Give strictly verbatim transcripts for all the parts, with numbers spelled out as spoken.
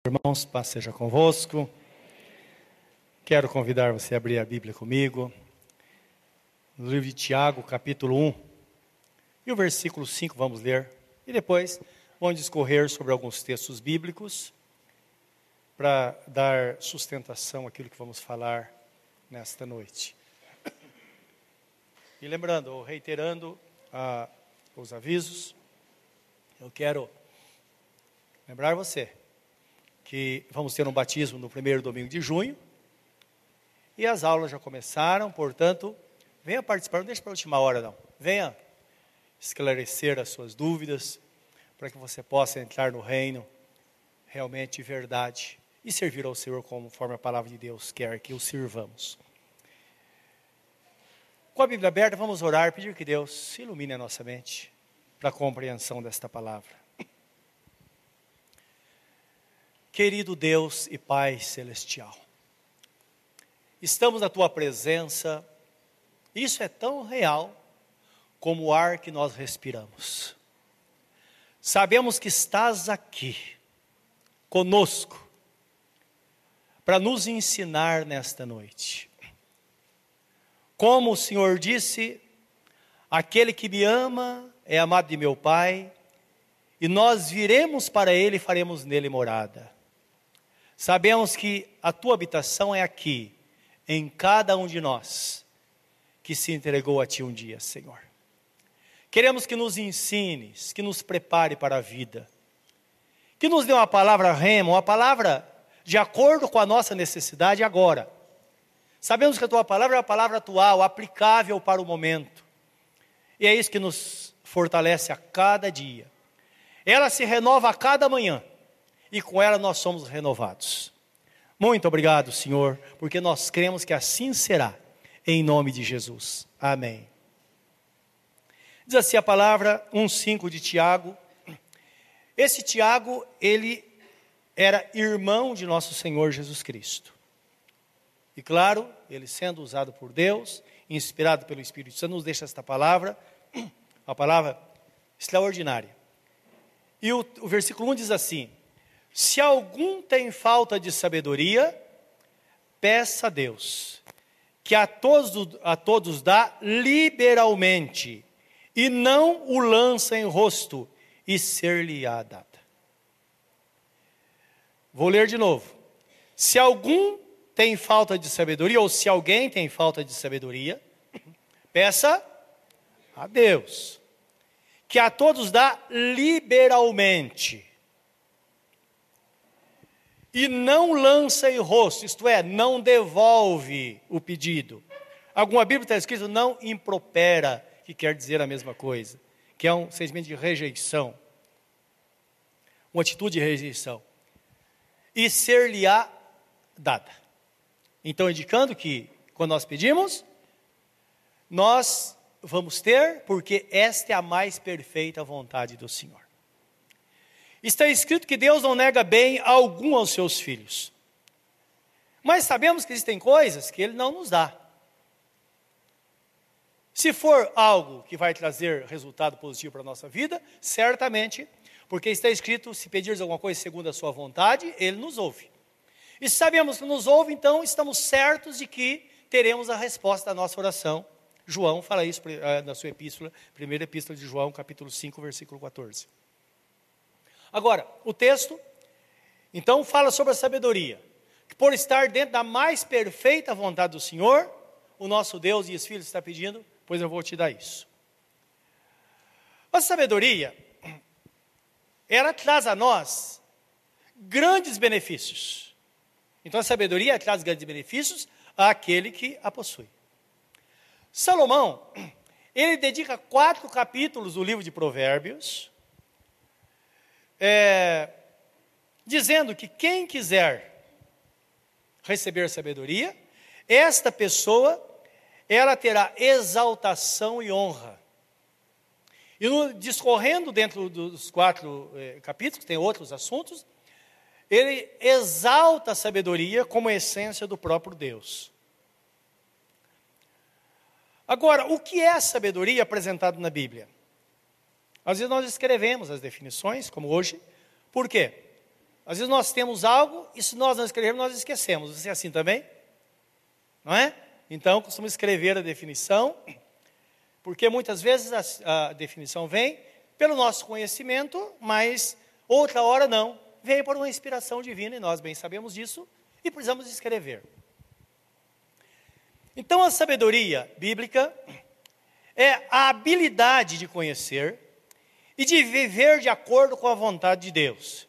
Irmãos, paz seja convosco. Quero convidar você a abrir a Bíblia comigo, no livro de Tiago, capítulo um, e o versículo cinco vamos ler, e depois vamos discorrer sobre alguns textos bíblicos, para dar sustentação àquilo que vamos falar nesta noite. E lembrando, ou reiterando ah, os avisos, eu quero lembrar você que vamos ter um batismo no primeiro domingo de junho, e as aulas já começaram, portanto, venha participar, não deixe para a última hora não, venha esclarecer as suas dúvidas, para que você possa entrar no reino, realmente de verdade, e servir ao Senhor conforme a palavra de Deus quer que o sirvamos. Com a Bíblia aberta, vamos orar, pedir que Deus ilumine a nossa mente, para a compreensão desta palavra. Querido Deus e Pai Celestial, estamos na Tua presença, isso é tão real como o ar que nós respiramos. Sabemos que estás aqui, conosco, para nos ensinar nesta noite. Como o Senhor disse, aquele que me ama é amado de meu Pai, e nós viremos para Ele e faremos nele morada. Sabemos que a Tua habitação é aqui, em cada um de nós, que se entregou a Ti um dia, Senhor. Queremos que nos ensines, que nos prepare para a vida, que nos dê uma palavra rema, uma palavra de acordo com a nossa necessidade agora. Sabemos que a Tua palavra é uma palavra atual, aplicável para o momento, e é isso que nos fortalece a cada dia. Ela se renova a cada manhã, e com ela nós somos renovados. Muito obrigado, Senhor, porque nós cremos que assim será, em nome de Jesus. Amém. Diz assim a palavra um cinco de Tiago. Esse Tiago, ele era irmão de nosso Senhor Jesus Cristo. E claro, ele sendo usado por Deus, inspirado pelo Espírito Santo, nos deixa esta palavra, uma palavra extraordinária. E o, o versículo um diz assim: se algum tem falta de sabedoria, peça a Deus, que a todos, a todos dá liberalmente, e não o lança em rosto, e ser-lhe-á dada. Vou ler de novo. Se algum tem falta de sabedoria, ou se alguém tem falta de sabedoria, peça a Deus, que a todos dá liberalmente, e não lança em rosto, isto é, não devolve o pedido. Alguma Bíblia está escrito não impropera, que quer dizer a mesma coisa, que é um sentimento de rejeição, uma atitude de rejeição. E ser-lhe-á dada. Então, indicando que, quando nós pedimos, nós vamos ter, porque esta é a mais perfeita vontade do Senhor. Está escrito que Deus não nega bem algum aos seus filhos. Mas sabemos que existem coisas que Ele não nos dá. Se for algo que vai trazer resultado positivo para a nossa vida, certamente, porque está escrito, se pedires alguma coisa segundo a sua vontade, Ele nos ouve. E se sabemos que nos ouve, então estamos certos de que teremos a resposta da nossa oração. João fala isso na sua epístola, primeira epístola de João, capítulo cinco, versículo quatorze. Agora, o texto, então, fala sobre a sabedoria, que por estar dentro da mais perfeita vontade do Senhor, o nosso Deus e os filhos está pedindo, pois eu vou te dar isso. A sabedoria, ela traz a nós grandes benefícios. Então, a sabedoria traz grandes benefícios àquele que a possui. Salomão, ele dedica quatro capítulos do livro de Provérbios, É, dizendo que quem quiser receber sabedoria, esta pessoa, ela terá exaltação e honra. E no, discorrendo dentro dos quatro eh, capítulos, tem outros assuntos, ele exalta a sabedoria como essência do próprio Deus. Agora, o que é a sabedoria apresentada na Bíblia? Às vezes nós escrevemos as definições, como hoje. Por quê? Às vezes nós temos algo e se nós não escrevermos, nós esquecemos. Você é assim também? Não é? Então, costumo escrever a definição, porque muitas vezes a, a definição vem pelo nosso conhecimento, mas outra hora não. Vem por uma inspiração divina e nós bem sabemos disso e precisamos escrever. Então, a sabedoria bíblica é a habilidade de conhecer e de viver de acordo com a vontade de Deus.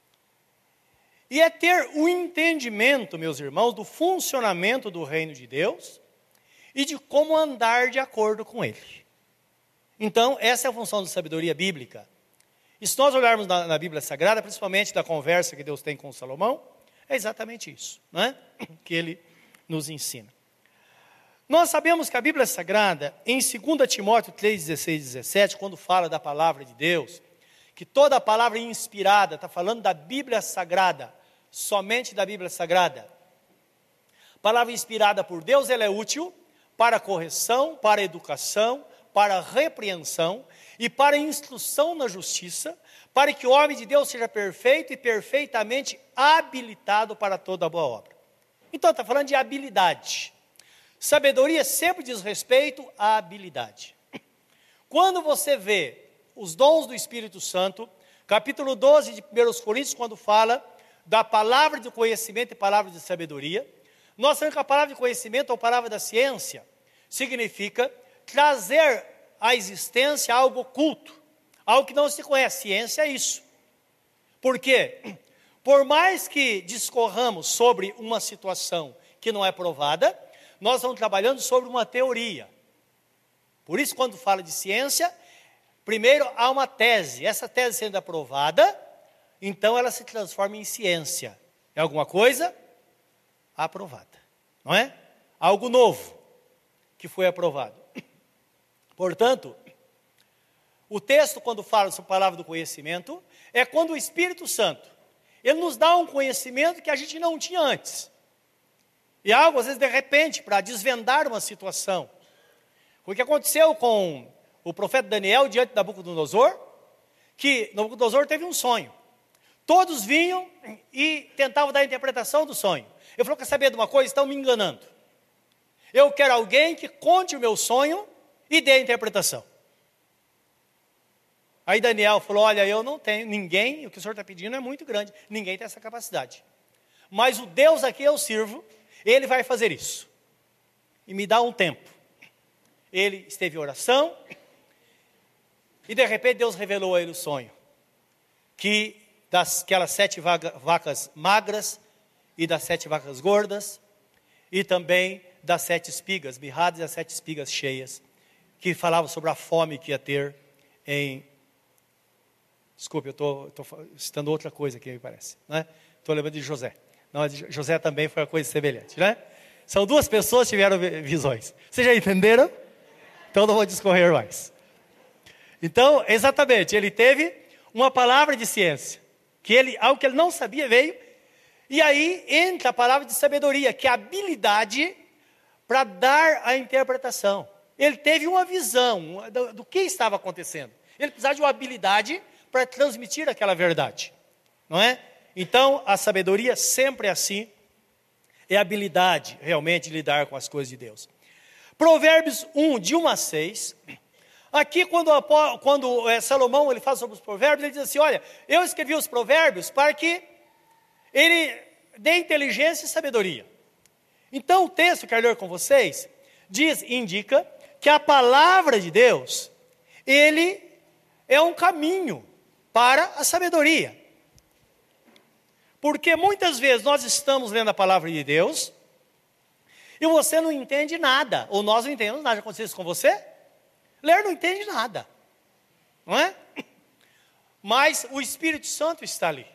E é ter o entendimento, meus irmãos, do funcionamento do reino de Deus e de como andar de acordo com ele. Então, essa é a função da sabedoria bíblica. E se nós olharmos na, na Bíblia Sagrada, principalmente da conversa que Deus tem com Salomão, é exatamente isso, não é? Que ele nos ensina. Nós sabemos que a Bíblia Sagrada, em dois Timóteo três, dezesseis e dezessete, quando fala da palavra de Deus, que toda a palavra inspirada, está falando da Bíblia Sagrada, somente da Bíblia Sagrada. A palavra inspirada por Deus, ela é útil para correção, para educação, para repreensão e para instrução na justiça, para que o homem de Deus seja perfeito e perfeitamente habilitado para toda boa obra. Então, está falando de habilidade. Sabedoria sempre diz respeito à habilidade. Quando você vê os dons do Espírito Santo, capítulo doze de primeira Coríntios, quando fala da palavra de conhecimento e palavra de sabedoria, nós sabemos que a palavra de conhecimento ou palavra da ciência significa trazer à existência algo oculto, algo que não se conhece. Ciência é isso. Por quê? Por mais que discorramos sobre uma situação que não é provada, nós estamos trabalhando sobre uma teoria. Por isso, quando fala de ciência, primeiro há uma tese. Essa tese sendo aprovada, então ela se transforma em ciência. É alguma coisa aprovada, não é? Algo novo que foi aprovado. Portanto, o texto, quando fala sobre a palavra do conhecimento, é quando o Espírito Santo, ele nos dá um conhecimento que a gente não tinha antes. E algo, às vezes, de repente, para desvendar uma situação. O que aconteceu com o profeta Daniel diante de Nabucodonosor, que Nabucodonosor teve um sonho. Todos vinham e tentavam dar a interpretação do sonho. Ele falou: quer saber de uma coisa? Estão me enganando. Eu quero alguém que conte o meu sonho e dê a interpretação. Aí Daniel falou: olha, eu não tenho ninguém, o que o senhor está pedindo é muito grande, ninguém tem essa capacidade. Mas o Deus a quem eu sirvo, ele vai fazer isso. E me dá um tempo. Ele esteve em oração, e de repente Deus revelou a ele o sonho. Que das aquelas sete vaga, vacas magras, e das sete vacas gordas, e também das sete espigas mirradas e as sete espigas cheias, que falava sobre a fome que ia ter em... Desculpe, eu estou citando outra coisa aqui, me parece. Estou lembrando de José. Não, José também foi uma coisa semelhante, né? São duas pessoas que tiveram visões. Vocês já entenderam? Então não vou discorrer mais. Então, exatamente, ele teve uma palavra de ciência, que ele, algo que ele não sabia veio, e aí entra a palavra de sabedoria, que é a habilidade para dar a interpretação. Ele teve uma visão do, do que estava acontecendo. Ele precisava de uma habilidade para transmitir aquela verdade, não é? Então, a sabedoria sempre é assim, é a habilidade realmente de lidar com as coisas de Deus. Provérbios um, de um a seis, aqui quando, quando é, Salomão ele fala sobre os provérbios, ele diz assim: olha, eu escrevi os provérbios para que ele dê inteligência e sabedoria. Então o texto que eu quero ler com vocês, diz, indica que a palavra de Deus, ele é um caminho para a sabedoria. Porque muitas vezes nós estamos lendo a palavra de Deus e você não entende nada, ou nós não entendemos nada. Já aconteceu isso com você? Ler não entende nada, não é? Mas o Espírito Santo está ali.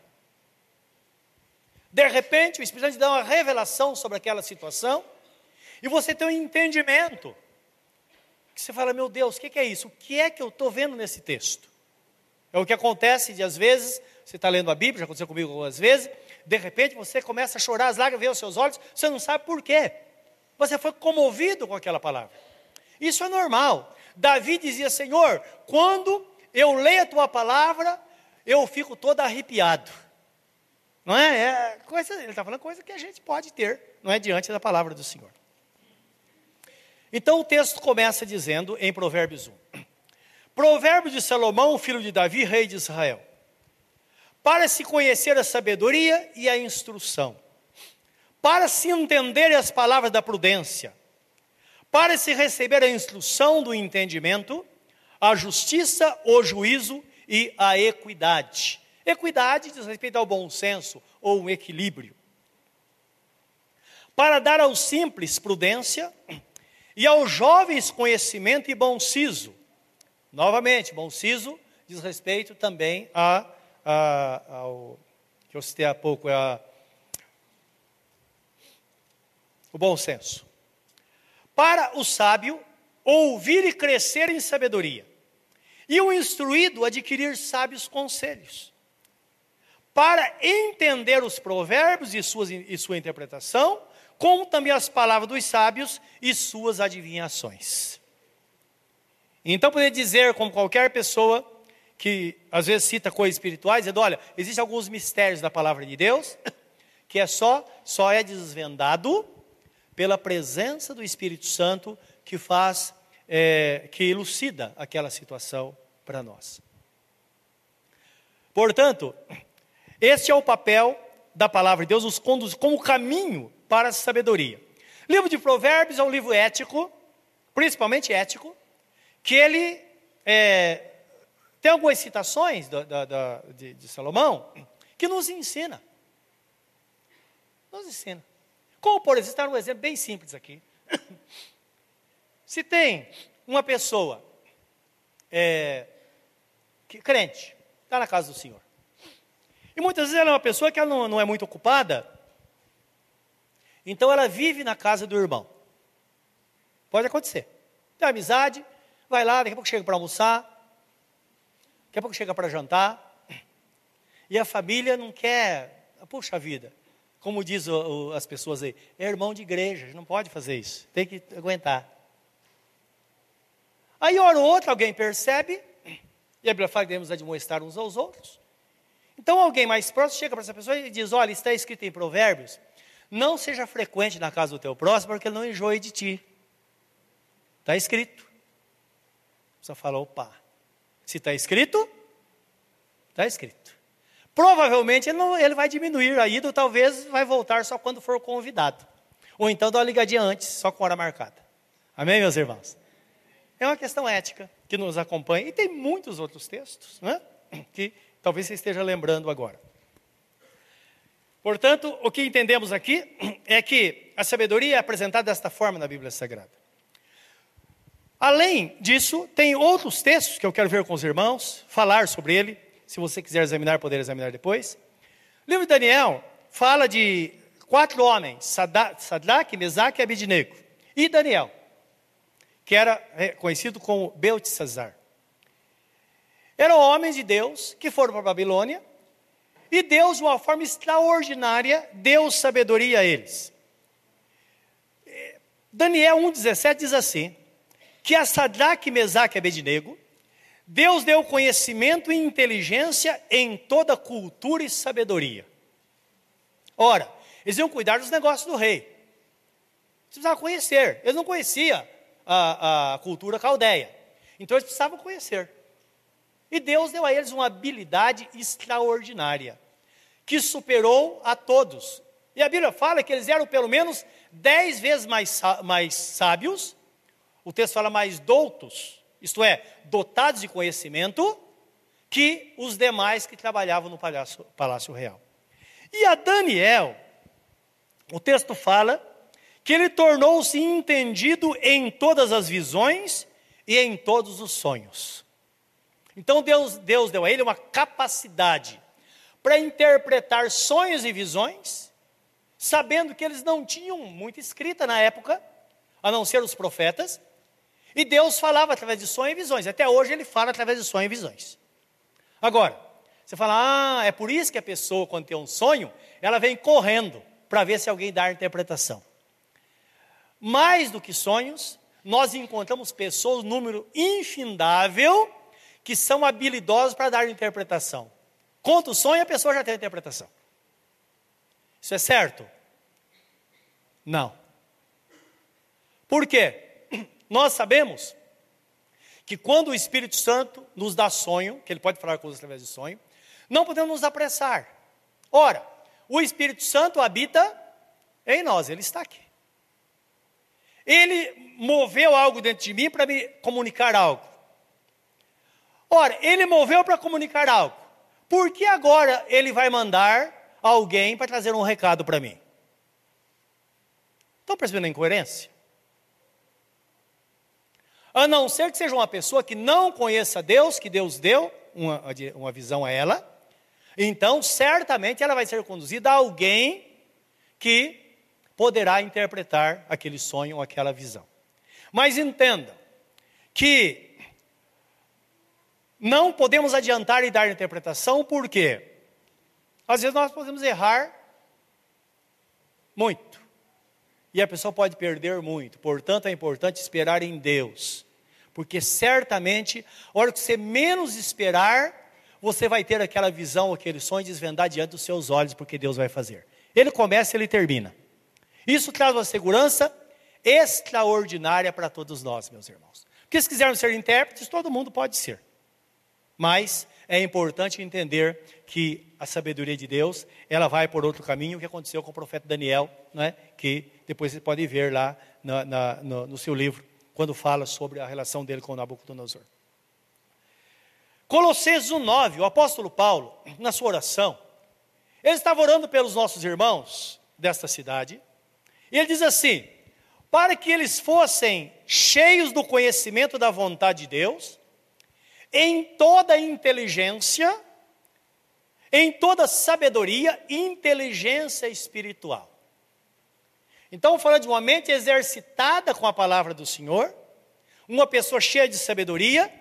De repente o Espírito Santo te dá uma revelação sobre aquela situação e você tem um entendimento. Que você fala: meu Deus, o que, que é isso? O que é que eu estou vendo nesse texto? É o que acontece de às vezes... Você está lendo a Bíblia, já aconteceu comigo algumas vezes, de repente você começa a chorar, as lágrimas vêm aos seus olhos, você não sabe por quê. Você foi comovido com aquela palavra. Isso é normal. Davi dizia: Senhor, quando eu leio a tua palavra, eu fico todo arrepiado. Não é? É coisa, ele está falando coisa que a gente pode ter, não é diante da palavra do Senhor. Então o texto começa dizendo em Provérbios um. Provérbios de Salomão, filho de Davi, rei de Israel. Para se conhecer a sabedoria e a instrução. Para se entender as palavras da prudência. Para se receber a instrução do entendimento, a justiça, o juízo e a equidade. Equidade diz respeito ao bom senso ou um equilíbrio. Para dar aos simples prudência e aos jovens conhecimento e bom siso. Novamente, bom siso diz respeito também a, a, ao que eu citei há pouco, é a, o bom senso. Para o sábio, ouvir e crescer em sabedoria, e o instruído adquirir sábios conselhos. Para entender os provérbios e, suas, e sua interpretação, como também as palavras dos sábios e suas adivinhações. Então, poder dizer, como qualquer pessoa que às vezes cita coisas espirituais, dizendo, olha, existem alguns mistérios da palavra de Deus, que é só, só é desvendado pela presença do Espírito Santo que faz, é, que elucida aquela situação para nós. Portanto, este é o papel da palavra de Deus, nos conduz como caminho para a sabedoria. O livro de Provérbios é um livro ético, principalmente ético, que ele é, tem algumas citações da, da, da, de, de Salomão que nos ensina. Nos ensina. Como, por exemplo, está um exemplo bem simples aqui. Se tem uma pessoa é, que, crente, está na casa do Senhor, e muitas vezes ela é uma pessoa que ela não, não é muito ocupada, então ela vive na casa do irmão. Pode acontecer. Tem amizade, vai lá, daqui a pouco chega para almoçar, daqui a pouco chega para jantar, e a família não quer, puxa vida, como diz o, o, as pessoas aí, é irmão de igreja, não pode fazer isso, tem que aguentar. Aí, hora ou outra, alguém percebe, e a Bíblia fala que devemos admoestar uns aos outros. Então, alguém mais próximo chega para essa pessoa e diz, olha, está escrito em Provérbios, não seja frequente na casa do teu próximo, porque ele não enjoe de ti. Está escrito. Você fala, opa, se está escrito, está escrito. Provavelmente ele, não, ele vai diminuir a ida, ou talvez vai voltar só quando for convidado. Ou então dá uma ligadinha antes, só com hora marcada. Amém, meus irmãos? É uma questão ética que nos acompanha. E tem muitos outros textos, né, que talvez você esteja lembrando agora. Portanto, o que entendemos aqui é que a sabedoria é apresentada desta forma na Bíblia Sagrada. Além disso, tem outros textos que eu quero ver com os irmãos, falar sobre ele. Se você quiser examinar, poder examinar depois. O livro de Daniel fala de quatro homens, Sadraque, Mesaque e Abednego. E Daniel, que era conhecido como Beltesazar. Eram homens de Deus que foram para a Babilônia, e Deus, de uma forma extraordinária, deu sabedoria a eles. Daniel um, dezessete diz assim, que a Sadraque, Mesaque e Abednego, Deus deu conhecimento e inteligência em toda cultura e sabedoria. Ora, eles iam cuidar dos negócios do rei. Eles precisavam conhecer. Eles não conheciam a, a cultura caldeia. Então eles precisavam conhecer. E Deus deu a eles uma habilidade extraordinária, que superou a todos. E a Bíblia fala que eles eram pelo menos dez vezes mais, mais sábios, o texto fala mais doutos, isto é, dotados de conhecimento, que os demais que trabalhavam no palácio, palácio real. E a Daniel, o texto fala que ele tornou-se entendido em todas as visões e em todos os sonhos. Então Deus, Deus deu a ele uma capacidade para interpretar sonhos e visões, sabendo que eles não tinham muita escrita na época, a não ser os profetas, e Deus falava através de sonhos e visões. Até hoje ele fala através de sonhos e visões. Agora, você fala, ah, é por isso que a pessoa, quando tem um sonho, ela vem correndo para ver se alguém dá a interpretação. Mais do que sonhos, nós encontramos pessoas, número infindável, que são habilidosos para dar interpretação. Conta o sonho e a pessoa já tem a interpretação. Isso é certo? Não. Por quê? Nós sabemos que quando o Espírito Santo nos dá sonho, que ele pode falar coisas através de sonho, não podemos nos apressar. Ora, o Espírito Santo habita em nós, ele está aqui. Ele moveu algo dentro de mim para me comunicar algo. Ora, ele moveu para comunicar algo. Por que agora ele vai mandar alguém para trazer um recado para mim? Estão percebendo a incoerência? A não ser que seja uma pessoa que não conheça Deus, que Deus deu uma, uma visão a ela, então certamente ela vai ser conduzida a alguém que poderá interpretar aquele sonho ou aquela visão. Mas entenda que não podemos adiantar e dar interpretação, porque às vezes nós podemos errar muito. E a pessoa pode perder muito. Portanto, é importante esperar em Deus. Porque certamente, a hora que você menos esperar, você vai ter aquela visão, aquele sonho desvendar diante dos seus olhos, porque Deus vai fazer. Ele começa e ele termina. Isso traz uma segurança extraordinária para todos nós, meus irmãos. Porque se quisermos ser intérpretes, todo mundo pode ser. Mas é importante entender que a sabedoria de Deus, ela vai por outro caminho, o que aconteceu com o profeta Daniel, né? Que depois você pode ver lá na, na, no, no seu livro, quando fala sobre a relação dele com Nabucodonosor. Colossenses um, nove, o apóstolo Paulo, na sua oração, ele estava orando pelos nossos irmãos desta cidade, e ele diz assim: para que eles fossem cheios do conhecimento da vontade de Deus, em toda inteligência, em toda sabedoria e inteligência espiritual. Então, falando de uma mente exercitada com a palavra do Senhor, uma pessoa cheia de sabedoria,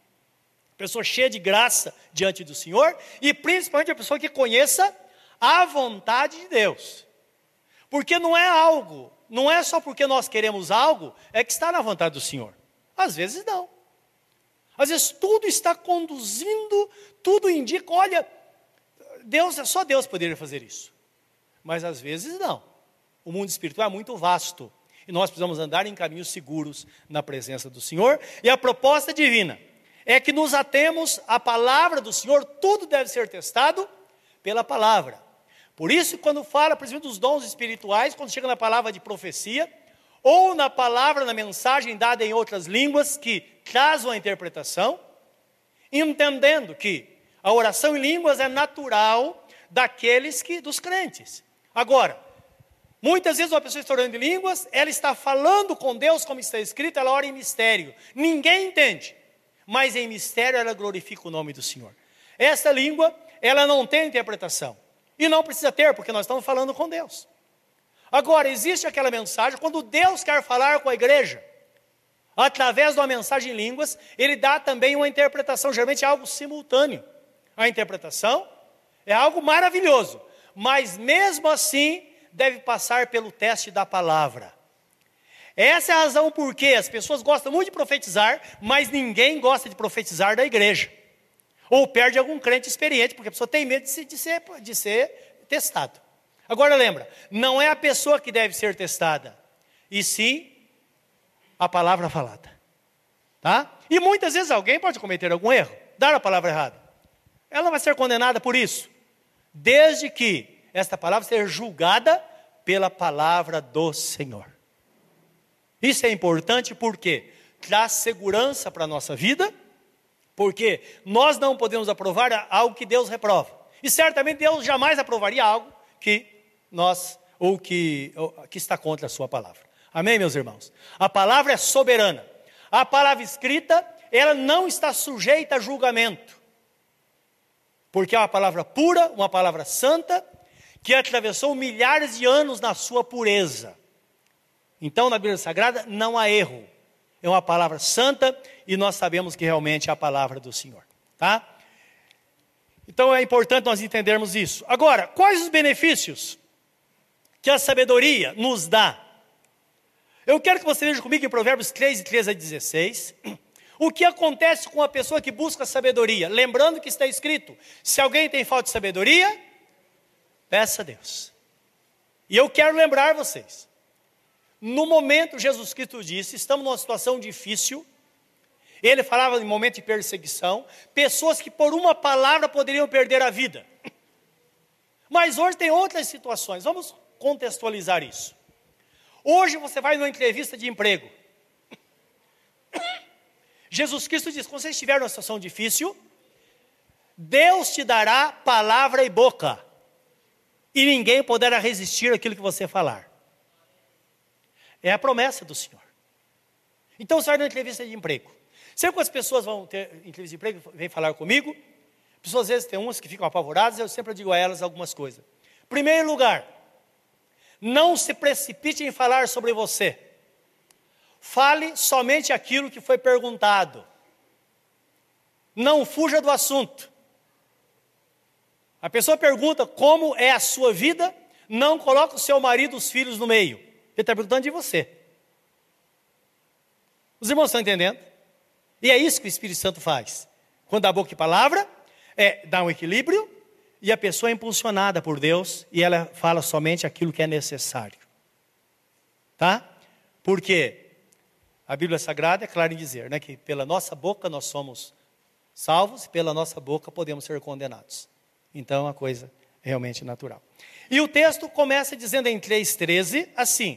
pessoa cheia de graça diante do Senhor, e principalmente a pessoa que conheça a vontade de Deus. Porque não é algo, não é só porque nós queremos algo, é que está na vontade do Senhor. Às vezes não. Às vezes tudo está conduzindo, tudo indica, olha, Deus, só Deus poderia fazer isso. Mas às vezes não. O mundo espiritual é muito vasto. E nós precisamos andar em caminhos seguros na presença do Senhor. E a proposta divina é que nos atemos à palavra do Senhor. Tudo deve ser testado pela palavra. Por isso, quando fala, por exemplo, dos dons espirituais, quando chega na palavra de profecia, ou na palavra, na mensagem dada em outras línguas, que traz uma interpretação, entendendo que a oração em línguas é natural daqueles que, dos crentes. Agora, muitas vezes uma pessoa está orando em línguas, ela está falando com Deus, como está escrito, ela ora em mistério. Ninguém entende, mas em mistério ela glorifica o nome do Senhor. Essa língua, ela não tem interpretação. E não precisa ter, porque nós estamos falando com Deus. Agora, existe aquela mensagem, quando Deus quer falar com a igreja, através de uma mensagem em línguas, Ele dá também uma interpretação, geralmente é algo simultâneo. A interpretação é algo maravilhoso, mas mesmo assim, deve passar pelo teste da palavra. Essa é a razão por que as pessoas gostam muito de profetizar, mas ninguém gosta de profetizar da igreja. Ou perde algum crente experiente, porque a pessoa tem medo de ser, de ser, de ser testado. Agora lembra, não é a pessoa que deve ser testada, e sim a palavra falada. Tá? E muitas vezes alguém pode cometer algum erro, dar a palavra errada. Ela vai ser condenada por isso, desde que esta palavra seja julgada pela palavra do Senhor. Isso é importante porque traz segurança para a nossa vida, porque nós não podemos aprovar algo que Deus reprova. E certamente Deus jamais aprovaria algo que nós, ou que, ou, que está contra a sua palavra. Amém, meus irmãos? A palavra é soberana. A palavra escrita, ela não está sujeita a julgamento. Porque é uma palavra pura, uma palavra santa, que atravessou milhares de anos na sua pureza. Então, na Bíblia Sagrada, não há erro. É uma palavra santa e nós sabemos que realmente é a palavra do Senhor. Tá? Então, é importante nós entendermos isso. Agora, quais os benefícios que a sabedoria nos dá? Eu quero que você veja comigo em Provérbios três, de treze a dezesseis, o que acontece com a pessoa que busca sabedoria. Lembrando que está escrito, se alguém tem falta de sabedoria, peça a Deus. E eu quero lembrar vocês, no momento Jesus Cristo disse, estamos numa situação difícil, ele falava em momento de perseguição, pessoas que por uma palavra poderiam perder a vida. Mas hoje tem outras situações, vamos contextualizar isso. Hoje você vai numa entrevista de emprego. Jesus Cristo diz, quando você estiver numa situação difícil, Deus te dará palavra e boca, e ninguém poderá resistir àquilo que você falar. É a promessa do Senhor. Então você vai numa entrevista de emprego. Sabe quantas pessoas vão ter entrevista de emprego, vêm falar comigo? Pessoas às vezes tem umas que ficam apavoradas, eu sempre digo a elas algumas coisas. Primeiro lugar, não se precipite em falar sobre você. Fale somente aquilo que foi perguntado. Não fuja do assunto. A pessoa pergunta como é a sua vida, não coloque o seu marido e os filhos no meio. Ele está perguntando de você. Os irmãos estão entendendo? E é isso que o Espírito Santo faz. Quando dá boca e palavra, é, dá um equilíbrio, e a pessoa é impulsionada por Deus, e ela fala somente aquilo que é necessário. Tá? Porque a Bíblia Sagrada é clara em dizer, né, que pela nossa boca nós somos salvos, e pela nossa boca podemos ser condenados. Então é uma coisa realmente natural. E o texto começa dizendo em três, treze, assim.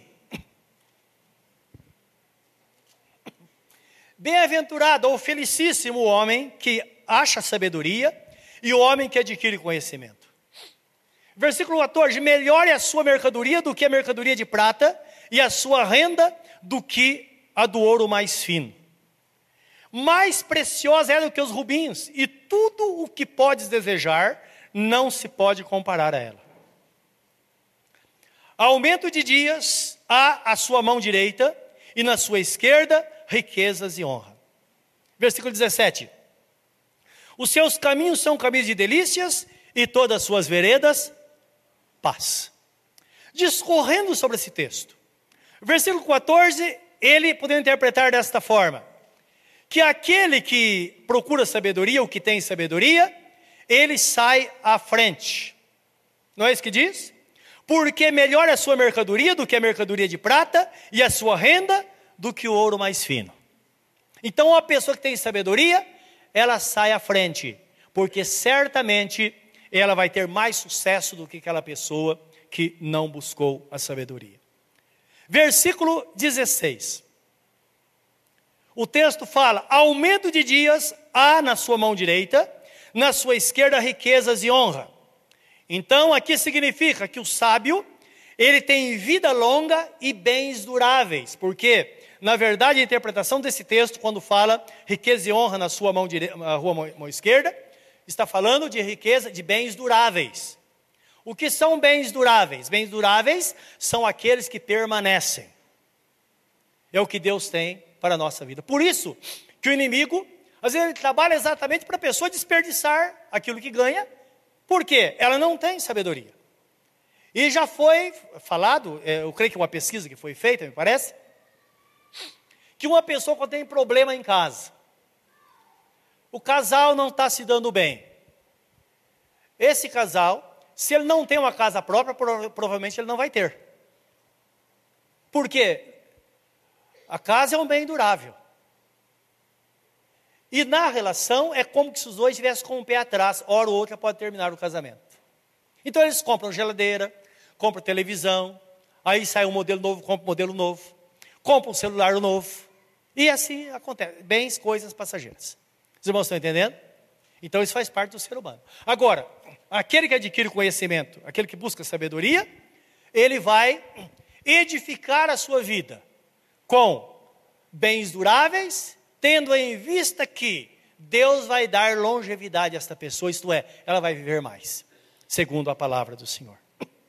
Bem-aventurado ou felicíssimo o homem que acha sabedoria e o homem que adquire conhecimento. Versículo quatorze, melhor é a sua mercadoria do que a mercadoria de prata e a sua renda do que a do ouro mais fino. Mais preciosa é do que os rubins e tudo o que podes desejar não se pode comparar a ela. Aumento de dias há à sua mão direita e na sua esquerda riquezas e honra. Versículo dezessete. Os seus caminhos são caminhos de delícias e todas as suas veredas, paz. Discorrendo sobre esse texto. Versículo quatorze, ele poderia interpretar desta forma. Que aquele que procura sabedoria, o que tem sabedoria, ele sai à frente. Não é isso que diz? Porque melhor é a sua mercadoria do que a mercadoria de prata e a sua renda do que o ouro mais fino. Então, a pessoa que tem sabedoria, ela sai à frente, porque certamente ela vai ter mais sucesso do que aquela pessoa que não buscou a sabedoria. Versículo dezesseis. O texto fala, aumento de dias há na sua mão direita, na sua esquerda riquezas e honra. Então, aqui significa que o sábio, ele tem vida longa e bens duráveis, porque, na verdade, a interpretação desse texto, quando fala riqueza e honra na sua mão, dire... na rua mão esquerda, está falando de riqueza, de bens duráveis. O que são bens duráveis? Bens duráveis são aqueles que permanecem. É o que Deus tem para a nossa vida. Por isso que o inimigo, às vezes ele trabalha exatamente para a pessoa desperdiçar aquilo que ganha. Por quê? Ela não tem sabedoria. E já foi falado, eu creio que uma pesquisa que foi feita, me parece, que uma pessoa quando tem problema em casa, o casal não está se dando bem. Esse casal, se ele não tem uma casa própria, provavelmente ele não vai ter. Por quê? A casa é um bem durável. E na relação é como se os dois estivessem com um pé atrás, hora ou outra pode terminar o casamento. Então eles compram geladeira, compram televisão, aí sai um modelo novo, compram um modelo novo, compram um celular novo, e assim acontece, bens, coisas passageiras. Os irmãos estão entendendo? Então isso faz parte do ser humano. Agora, aquele que adquire conhecimento, aquele que busca sabedoria, ele vai edificar a sua vida com bens duráveis, tendo em vista que Deus vai dar longevidade a esta pessoa, isto é, ela vai viver mais, segundo a palavra do Senhor.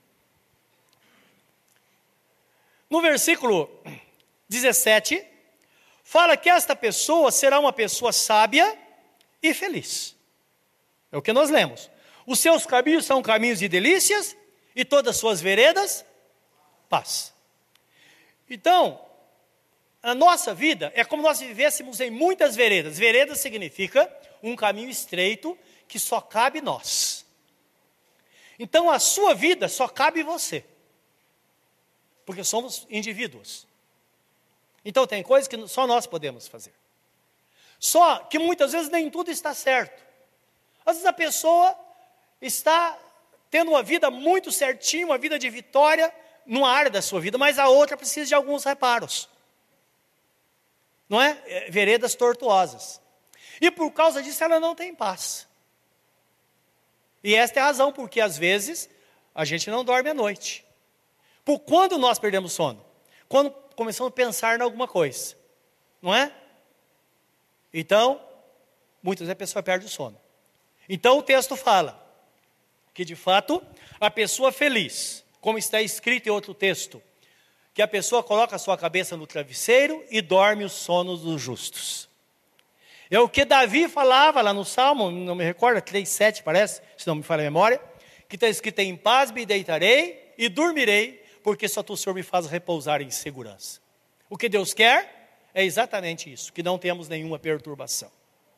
No versículo dezessete, fala que esta pessoa será uma pessoa sábia e feliz. É o que nós lemos. Os seus caminhos são caminhos de delícias e todas as suas veredas, paz. Então, a nossa vida é como nós vivêssemos em muitas veredas. Veredas significa um caminho estreito que só cabe nós. Então a sua vida só cabe você. porque somos indivíduos. Então tem coisas que só nós podemos fazer. Só que muitas vezes nem tudo está certo. Às vezes a pessoa está tendo uma vida muito certinha, uma vida de vitória numa área da sua vida, mas a outra precisa de alguns reparos. Não é? Veredas tortuosas. E por causa disso ela não tem paz. E esta é a razão porque às vezes a gente não dorme à noite. Por quando nós perdemos sono? Quando começamos a pensar em alguma coisa. Não é? Então, muitas vezes a pessoa perde o sono. Então o texto fala que de fato a pessoa feliz, como está escrito em outro texto, que a pessoa coloca a sua cabeça no travesseiro e dorme os sonos dos justos. É o que Davi falava lá no Salmo, não me recordo, três, sete parece, se não me falha a memória, que está escrito: em paz me deitarei e dormirei, porque só tu, Senhor, me faz repousar em segurança. O que Deus quer é exatamente isso, que não temos nenhuma perturbação.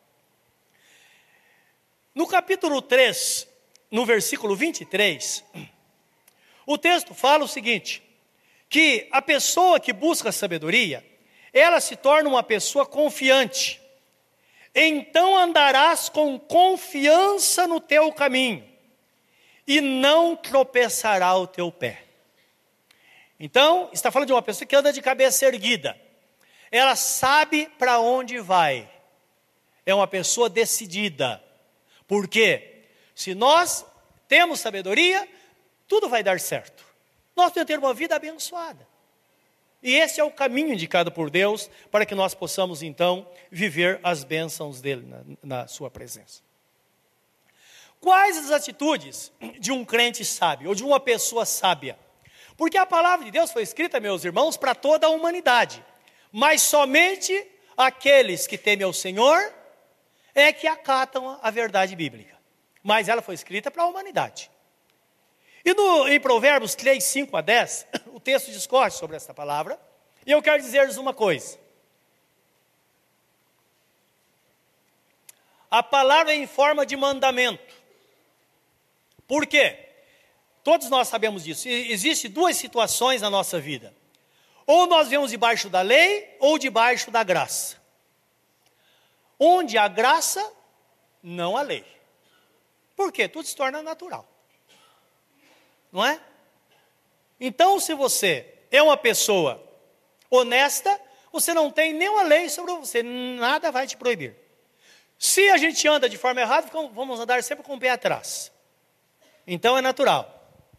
No capítulo três, no versículo vinte e três, o texto fala o seguinte, que a pessoa que busca sabedoria, ela se torna uma pessoa confiante. Então andarás com confiança no teu caminho, e não tropeçará o teu pé. Então, está falando de uma pessoa que anda de cabeça erguida. Ela sabe para onde vai. É uma pessoa decidida. Por quê? Se nós temos sabedoria, tudo vai dar certo. Nós temos que ter uma vida abençoada. E esse é o caminho indicado por Deus para que nós possamos, então, viver as bênçãos dele na, na sua presença. Quais as atitudes de um crente sábio, ou de uma pessoa sábia? Porque a palavra de Deus foi escrita, meus irmãos, para toda a humanidade. Mas somente aqueles que temem ao Senhor é que acatam a verdade bíblica. Mas ela foi escrita para a humanidade. E no, em Provérbios três, cinco a dez, o texto discorre sobre essa palavra. E eu quero dizer-lhes uma coisa. A palavra é em forma de mandamento. Por quê? Todos nós sabemos disso. Existem duas situações na nossa vida. Ou nós vivemos debaixo da lei, ou debaixo da graça. Onde há graça, não há lei. Por quê? Tudo se torna natural. Não é? Então, se você é uma pessoa honesta, você não tem nenhuma lei sobre você, nada vai te proibir. Se a gente anda de forma errada, vamos andar sempre com o pé atrás. Então é natural.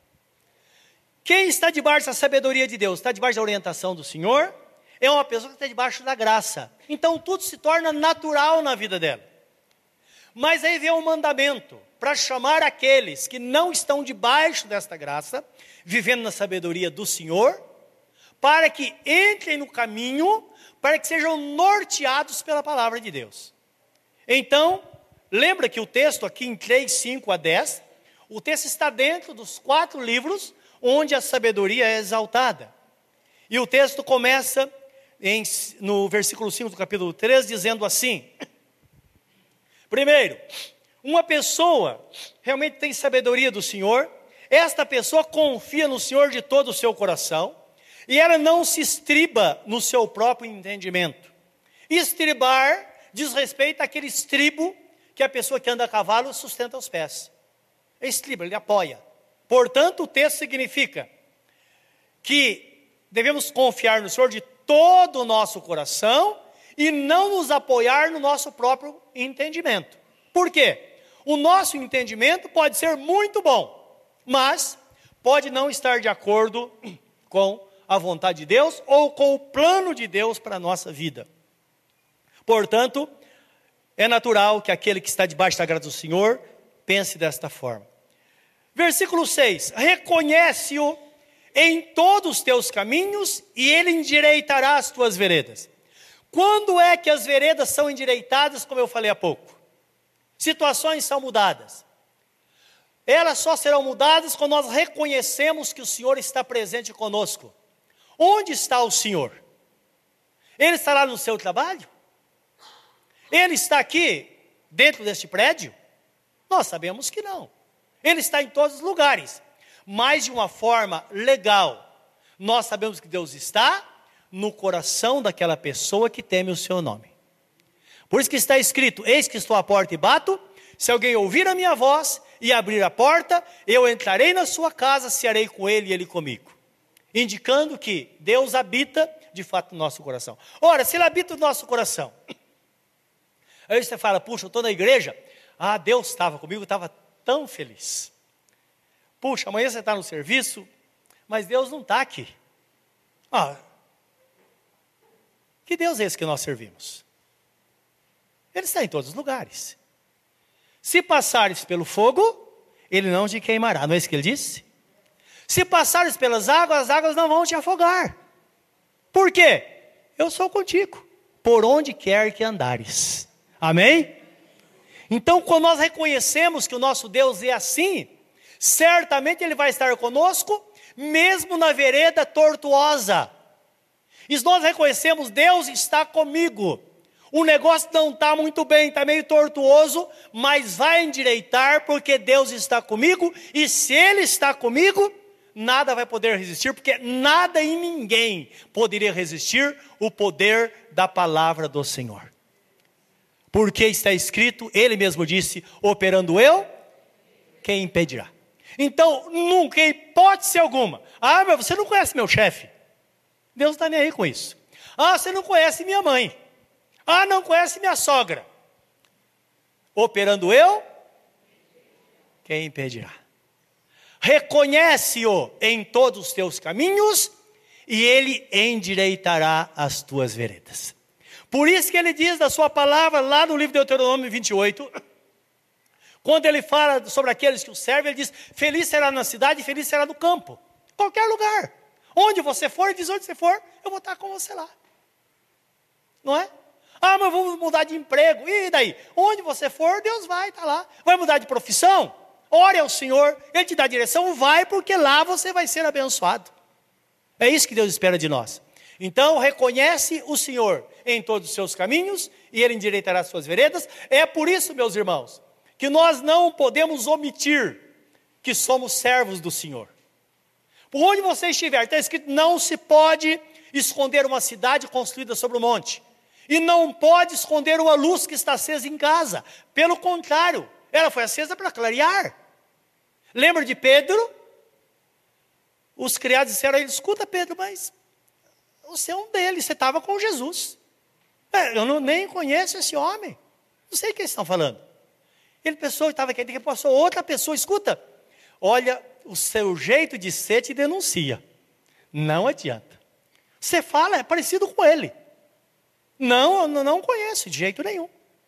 Quem está debaixo da sabedoria de Deus, está debaixo da orientação do Senhor, é uma pessoa que está debaixo da graça. Então tudo se torna natural na vida dela. Mas aí vem um mandamento para chamar aqueles que não estão debaixo desta graça, vivendo na sabedoria do Senhor, para que entrem no caminho, para que sejam norteados pela palavra de Deus. Então, lembra que o texto aqui em três, cinco a dez, o texto está dentro dos quatro livros onde a sabedoria é exaltada. E o texto começa em, no versículo cinco do capítulo três, dizendo assim: primeiro, uma pessoa realmente tem sabedoria do Senhor, esta pessoa confia no Senhor de todo o seu coração, e ela não se estriba no seu próprio entendimento. Estribar diz respeito àquele estribo que a pessoa que anda a cavalo sustenta os pés. É estriba, ele apoia. Portanto, o texto significa que devemos confiar no Senhor de todo o nosso coração e não nos apoiar no nosso próprio entendimento. Por quê? O nosso entendimento pode ser muito bom, mas pode não estar de acordo com a vontade de Deus ou com o plano de Deus para a nossa vida. Portanto, é natural que aquele que está debaixo da graça do Senhor pense desta forma. Versículo seis, reconhece-o em todos os teus caminhos e ele endireitará as tuas veredas. Quando é que as veredas são endireitadas, como eu falei há pouco? Situações são mudadas. Elas só serão mudadas quando nós reconhecemos que o Senhor está presente conosco. Onde está o Senhor? Ele está lá no seu trabalho? Ele está aqui, dentro deste prédio? Nós sabemos que não. Ele está em todos os lugares, mas de uma forma legal. Nós sabemos que Deus está no coração daquela pessoa que teme o seu nome. Por isso que está escrito: eis que estou à porta e bato, se alguém ouvir a minha voz e abrir a porta, eu entrarei na sua casa, cearei com ele e ele comigo. Indicando que Deus habita de fato no nosso coração. Ora, se ele habita no nosso coração, aí você fala: puxa, eu estou na igreja, ah, Deus estava comigo, estava tão feliz. Puxa, amanhã você está no serviço, mas Deus não está aqui. Ah, que Deus é esse que nós servimos? Ele está em todos os lugares. Se passares pelo fogo, ele não te queimará. Não é isso que ele disse? Se passares pelas águas, as águas não vão te afogar. Por quê? Eu sou contigo, por onde quer que andares. Amém? Então, quando nós reconhecemos que o nosso Deus é assim, certamente Ele vai estar conosco, mesmo na vereda tortuosa. E se nós reconhecemos: Deus está comigo, o negócio não está muito bem, está meio tortuoso, mas vai endireitar, porque Deus está comigo, e se Ele está comigo, nada vai poder resistir, porque nada e ninguém poderia resistir o poder da palavra do Senhor. Porque está escrito, Ele mesmo disse: operando eu, quem impedirá? Então, nunca, em hipótese alguma: ah, mas você não conhece meu chefe. Deus não está nem aí com isso. Ah, você não conhece minha mãe. Ah, não conhece minha sogra. Operando eu, quem impedirá? Reconhece-o em todos os teus caminhos, e Ele endireitará as tuas veredas. Por isso que Ele diz da sua palavra, lá no livro de Deuteronômio vinte e oito, quando Ele fala sobre aqueles que o servem, Ele diz: feliz será na cidade e feliz será no campo. Qualquer lugar. Onde você for, Ele diz: onde você for, eu vou estar com você lá. Não é? Ah, mas vamos mudar de emprego. E daí? Onde você for, Deus vai estar lá. Vai mudar de profissão? Ore ao Senhor, Ele te dá direção, vai, porque lá você vai ser abençoado. É isso que Deus espera de nós. Então, reconhece o Senhor em todos os seus caminhos, e Ele endireitará as suas veredas. É por isso, meus irmãos, que nós não podemos omitir que somos servos do Senhor. Por onde você estiver, está escrito: não se pode esconder uma cidade construída sobre o monte. E não pode esconder uma luz que está acesa em casa. Pelo contrário, ela foi acesa para clarear. Lembra de Pedro? Os criados disseram a ele: escuta, Pedro, mas você é um deles, você estava com Jesus. É, eu não, nem conheço esse homem. Não sei o que eles estão falando. Ele pensou que estava aqui, que passou outra pessoa. Escuta, olha, o seu jeito de ser te denuncia. Não adianta. Você fala, é parecido com ele. Não, eu não conheço de jeito nenhum.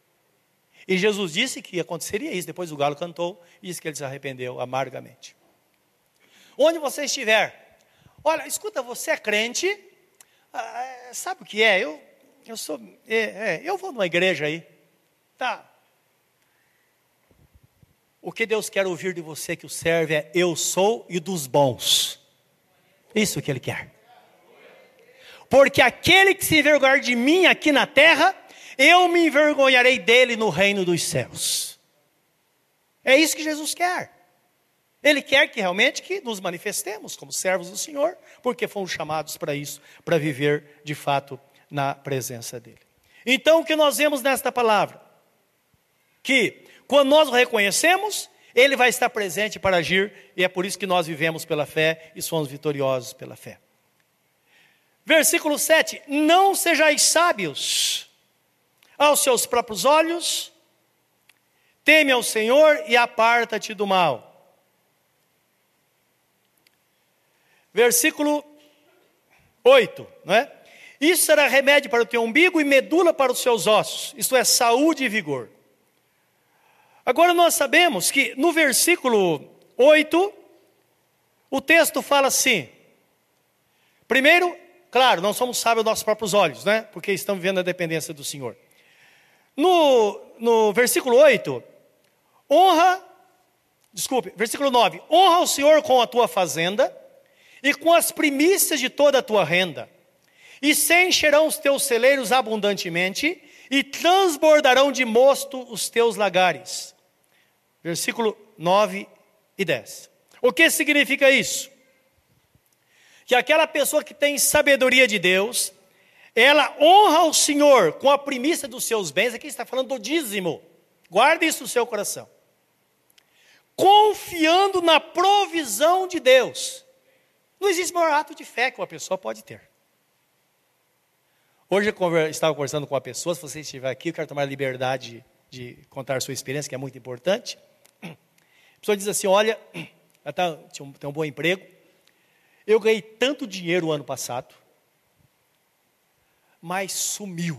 E Jesus disse que aconteceria isso. Depois o galo cantou e disse que ele se arrependeu amargamente. Onde você estiver, olha, escuta, você é crente, ah, sabe o que é? Eu, eu sou, é, é, eu vou numa igreja aí, tá? O que Deus quer ouvir de você que o serve é: eu sou e dos bons. Isso que Ele quer. Porque aquele que se envergonhar de mim aqui na terra, eu me envergonharei dele no reino dos céus. É isso que Jesus quer. Ele quer que realmente que nos manifestemos como servos do Senhor, porque fomos chamados para isso, para viver de fato na presença dele. Então, o que nós vemos nesta palavra? Que quando nós o reconhecemos, Ele vai estar presente para agir, e é por isso que nós vivemos pela fé e somos vitoriosos pela fé. Versículo sete: não sejais sábios aos seus próprios olhos, teme ao Senhor e aparta-te do mal. Versículo oito, não é? Isso será remédio para o teu umbigo e medula para os seus ossos, isto é, saúde e vigor. Agora nós sabemos que no versículo oito, o texto fala assim: primeiro, claro, não somos sábios aos nossos próprios olhos, né? Porque estamos vivendo a dependência do Senhor. No, no versículo oito, honra, desculpe, versículo nove, honra o Senhor com a tua fazenda e com as primícias de toda a tua renda, e se encherão os teus celeiros abundantemente, e transbordarão de mosto os teus lagares. Versículo nove e dez. O que significa isso? que aquela pessoa que tem sabedoria de Deus, ela honra o Senhor com a primícia dos seus bens. Aqui está falando do dízimo. Guarde isso no seu coração. Confiando na provisão de Deus. Não existe maior ato de fé que uma pessoa pode ter. Hoje eu estava conversando com uma pessoa, se você estiver aqui, eu quero tomar a liberdade de contar a sua experiência, que é muito importante. A pessoa diz assim, olha, ela tá, tinha um, tem um bom emprego, eu ganhei tanto dinheiro o ano passado, mas sumiu.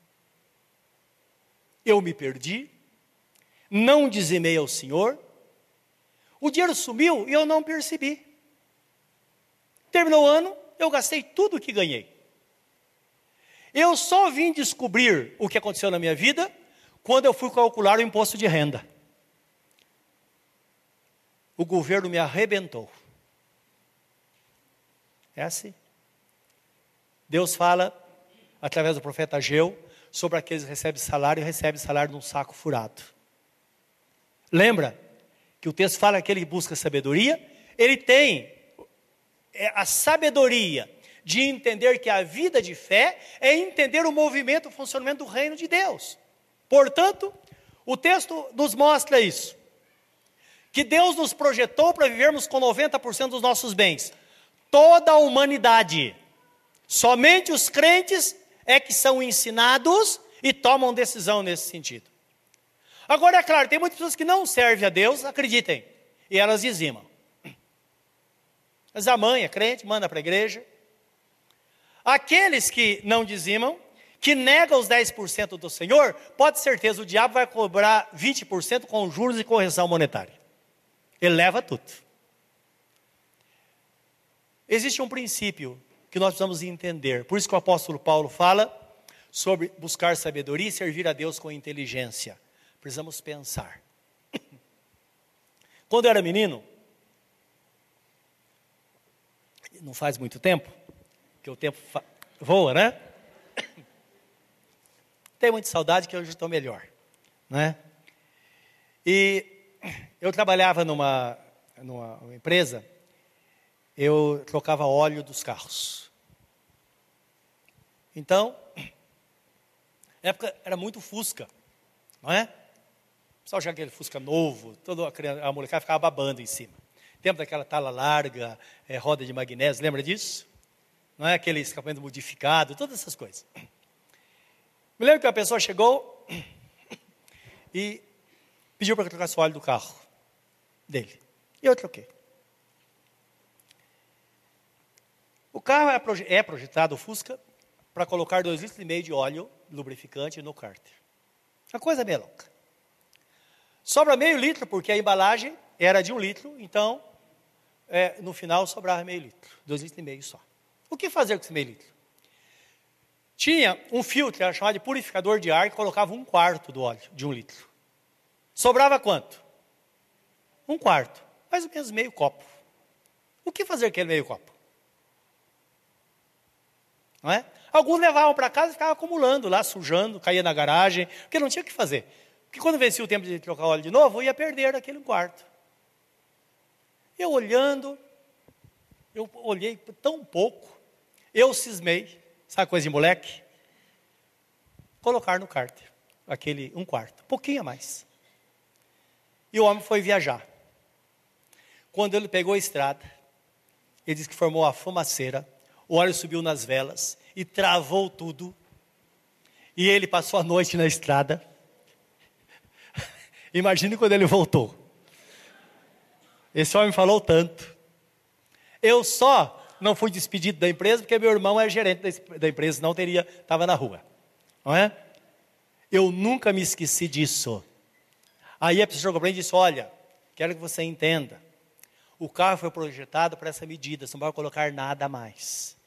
Eu me perdi, não dizimei ao Senhor, o dinheiro sumiu e eu não percebi. Terminou o ano, eu gastei tudo o que ganhei. Eu só vim descobrir o que aconteceu na minha vida quando eu fui calcular o imposto de renda. O governo me arrebentou. É assim. Deus fala, através do profeta Ageu, sobre aqueles que recebem salário e recebem salário num saco furado. Lembra que o texto fala que aquele que busca sabedoria, ele tem a sabedoria de entender que a vida de fé é entender o movimento, o funcionamento do reino de Deus. Portanto, o texto nos mostra isso. Que Deus nos projetou para vivermos com noventa por cento dos nossos bens. Toda a humanidade. Somente os crentes é que são ensinados e tomam decisão nesse sentido. Agora, é claro, tem muitas pessoas que não servem a Deus, acreditem, e elas dizimam. Mas a mãe é crente, manda para a igreja. Aqueles que não dizimam, que negam os dez por cento do Senhor, pode ter certeza, o diabo vai cobrar vinte por cento com juros e correção monetária. Ele leva tudo. Existe um princípio que nós precisamos entender. Por isso que o apóstolo Paulo fala sobre buscar sabedoria e servir a Deus com inteligência. Precisamos pensar. Quando eu era menino, não faz muito tempo, que o tempo fa- voa, né? Tenho muita saudade que hoje estou melhor, né? E eu trabalhava numa, numa empresa, eu trocava óleo dos carros. Então, na época era muito Fusca, não é? O pessoal já aquele Fusca novo, toda a, criança, a molecada ficava babando em cima. Tempo daquela tala larga, é, roda de magnésio, lembra disso? Não é aquele escapamento modificado, todas essas coisas. Me lembro que a pessoa chegou e pediu para que eu trocasse o óleo do carro dele. E eu troquei. O carro é, proje- é projetado, o Fusca, para colocar dois litros e meio de óleo lubrificante no cárter. Uma coisa meio louca. Sobra meio litro, porque a embalagem era de um litro, então, é, no final sobrava meio litro. Dois litros e meio só. O que fazer com esse meio litro? Tinha um filtro, era chamado de purificador de ar, que colocava um quarto do óleo, de um litro. Sobrava quanto? Um quarto, mais ou menos meio copo. O que fazer com aquele meio copo? Não é? Alguns levavam para casa e ficavam acumulando lá, sujando, caía na garagem, porque não tinha o que fazer. Porque quando vencia o tempo de trocar óleo de novo, eu ia perder aquele quarto. Eu olhando, eu olhei tão pouco, eu cismei, sabe coisa de moleque? Colocar no cárter, aquele um quarto, pouquinho a mais. E o homem foi viajar. Quando ele pegou a estrada, ele disse que formou a fumaceira, o óleo subiu nas velas e travou tudo. E ele passou a noite na estrada. Imagine quando ele voltou. Esse homem falou tanto. Eu só não fui despedido da empresa porque meu irmão era gerente da empresa, não teria, estava na rua. Não é? Eu nunca me esqueci disso. Aí a pessoa chegou para mim e disse, olha, quero que você entenda. O carro foi projetado para essa medida, você não vai colocar nada a mais.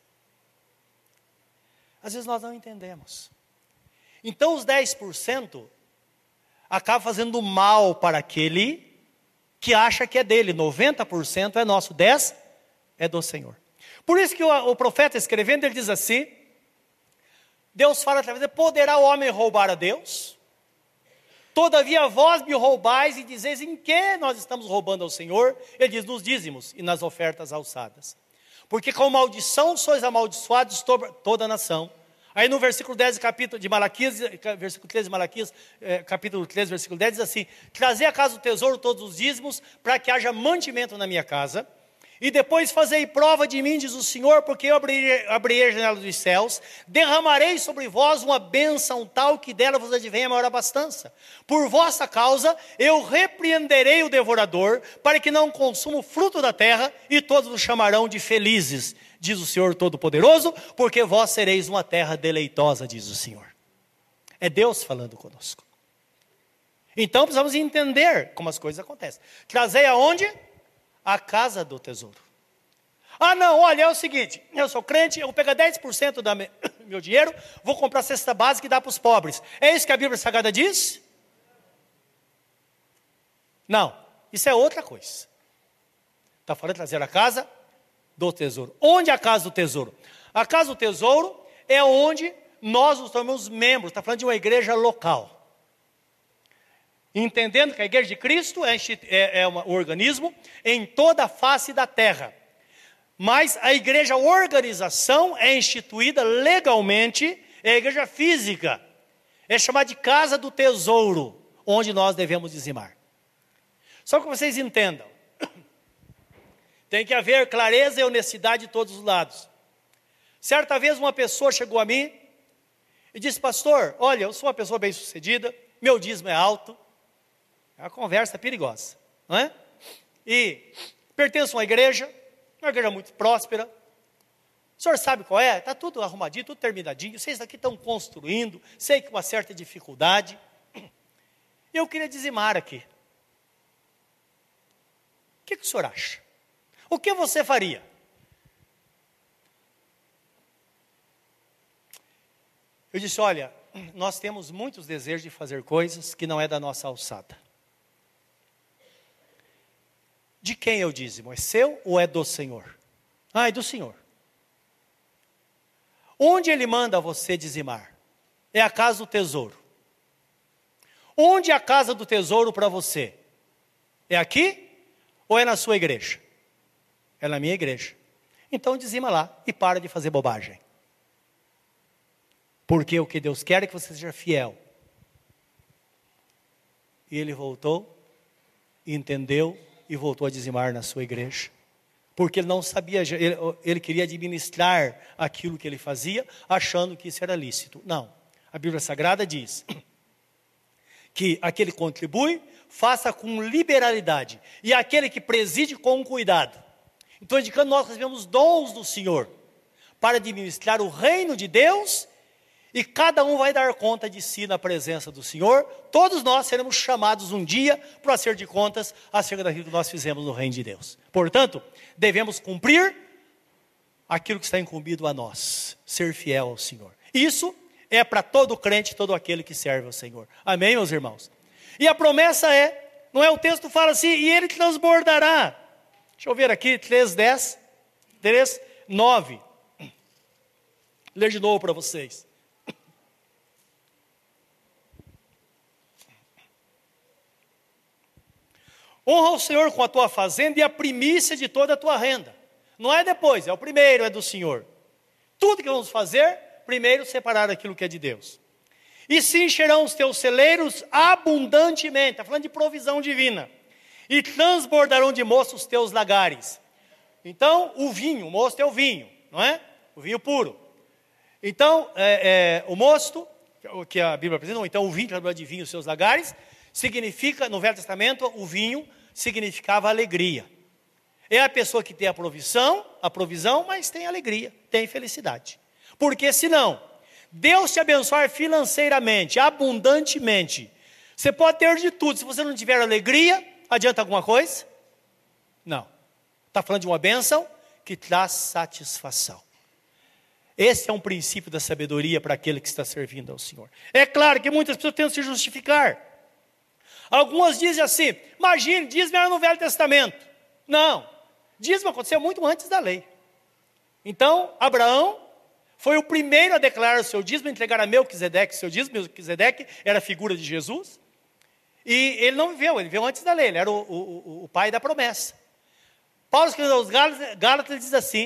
Às vezes nós não entendemos. Então os dez por cento acabam fazendo mal para aquele que acha que é dele. noventa por cento é nosso, dez por cento é do Senhor. Por isso que o, o profeta escrevendo, ele diz assim, Deus fala através dele, poderá o homem roubar a Deus? Todavia vós me roubais e dizeis em que nós estamos roubando ao Senhor? Ele diz, nos dízimos e nas ofertas alçadas. Porque com maldição sois amaldiçoados toda a nação. Aí no versículo dez, capítulo de Malaquias, versículo treze de Malaquias, capítulo treze, versículo dez, diz assim: trazei a casa do tesouro todos os dízimos, para que haja mantimento na minha casa. E depois fazei prova de mim, diz o Senhor, porque eu abrirei, abrirei a janela dos céus, derramarei sobre vós uma bênção tal, que dela vos advenha a maior abastança. Por vossa causa, eu repreenderei o devorador, para que não consuma o fruto da terra, e todos os chamarão de felizes, diz o Senhor Todo-Poderoso, porque vós sereis uma terra deleitosa, diz o Senhor. É Deus falando conosco. Então precisamos entender como as coisas acontecem. Trazei aonde? A casa do tesouro. Ah não, olha, é o seguinte, eu sou crente, eu vou pegar dez por cento do meu dinheiro, vou comprar cesta básica e dar para os pobres. É isso que a Bíblia Sagrada diz? Não, isso é outra coisa. Está falando de trazer a casa do tesouro. Onde é a casa do tesouro? A casa do tesouro é onde nós nos tornamos membros. Está falando de uma igreja local. Entendendo que a igreja de Cristo é, é, é um organismo em toda a face da terra. Mas a igreja organização é instituída legalmente, é a igreja física. É chamada de casa do tesouro, onde nós devemos dizimar. Só que vocês entendam. Tem que haver clareza e honestidade de todos os lados. Certa vez uma pessoa chegou a mim e disse: pastor, olha, eu sou uma pessoa bem sucedida, meu dízimo é alto. É uma conversa perigosa, não é? E pertenço a uma igreja, uma igreja muito próspera. O senhor sabe qual é? Está tudo arrumadinho, tudo terminadinho. Vocês aqui estão construindo, sei que com uma certa dificuldade. Eu queria dizimar aqui. O que, que o senhor acha? O que você faria? Eu disse: olha, nós temos muitos desejos de fazer coisas que não é da nossa alçada. De quem é o dízimo? É seu ou é do Senhor? Ah, é do Senhor. Onde Ele manda você dizimar? É a casa do tesouro. Onde é a casa do tesouro para você? É aqui ou é na sua igreja? É na minha igreja. Então dizima lá e para de fazer bobagem. Porque o que Deus quer é que você seja fiel. E ele voltou, entendeu e voltou a dizimar na sua igreja. Porque ele não sabia, ele, ele queria administrar aquilo que ele fazia, achando que isso era lícito. Não, a Bíblia Sagrada diz que aquele que contribui, faça com liberalidade. E aquele que preside com cuidado. Então, indicando, nós recebemos dons do Senhor para administrar o reino de Deus. E cada um vai dar conta de si na presença do Senhor. Todos nós seremos chamados um dia para ser de contas acerca daquilo que nós fizemos no reino de Deus. Portanto, devemos cumprir aquilo que está incumbido a nós, ser fiel ao Senhor. Isso é para todo crente, todo aquele que serve ao Senhor. Amém, meus irmãos? E a promessa é, não é, o texto fala assim: e ele transbordará. Deixa eu ver aqui, três, dez, três, nove. Vou ler de novo para vocês. Honra o Senhor com a tua fazenda e a primícia de toda a tua renda. Não é depois, é o primeiro, é do Senhor. Tudo que vamos fazer, primeiro separar aquilo que é de Deus. E se encherão os teus celeiros abundantemente, está falando de provisão divina. E transbordarão de mosto os teus lagares. Então, o vinho, o mosto é o vinho, não é? O vinho puro. Então, é, é, o mosto, que a Bíblia apresenta, então o vinho, transborda de vinho os seus lagares, significa, no Velho Testamento, o vinho significava alegria. É a pessoa que tem a provisão, a provisão, mas tem alegria, tem felicidade. Porque senão, Deus te abençoar financeiramente, abundantemente, você pode ter de tudo, se você não tiver alegria, adianta alguma coisa? Não. Está falando de uma bênção que traz satisfação. Esse é um princípio da sabedoria para aquele que está servindo ao Senhor. É claro que muitas pessoas tentam se justificar. Algumas dizem assim: imagine, dízimo era no Velho Testamento. Não, dízimo aconteceu muito antes da lei. Então, Abraão foi o primeiro a declarar o seu dízimo, entregar a Melquisedeque o seu dízimo. Melquisedeque era a figura de Jesus. E ele não viveu, ele viveu antes da lei, ele era o, o, o pai da promessa. Paulo, escrevendo aos Gálatas, Gálatas diz assim,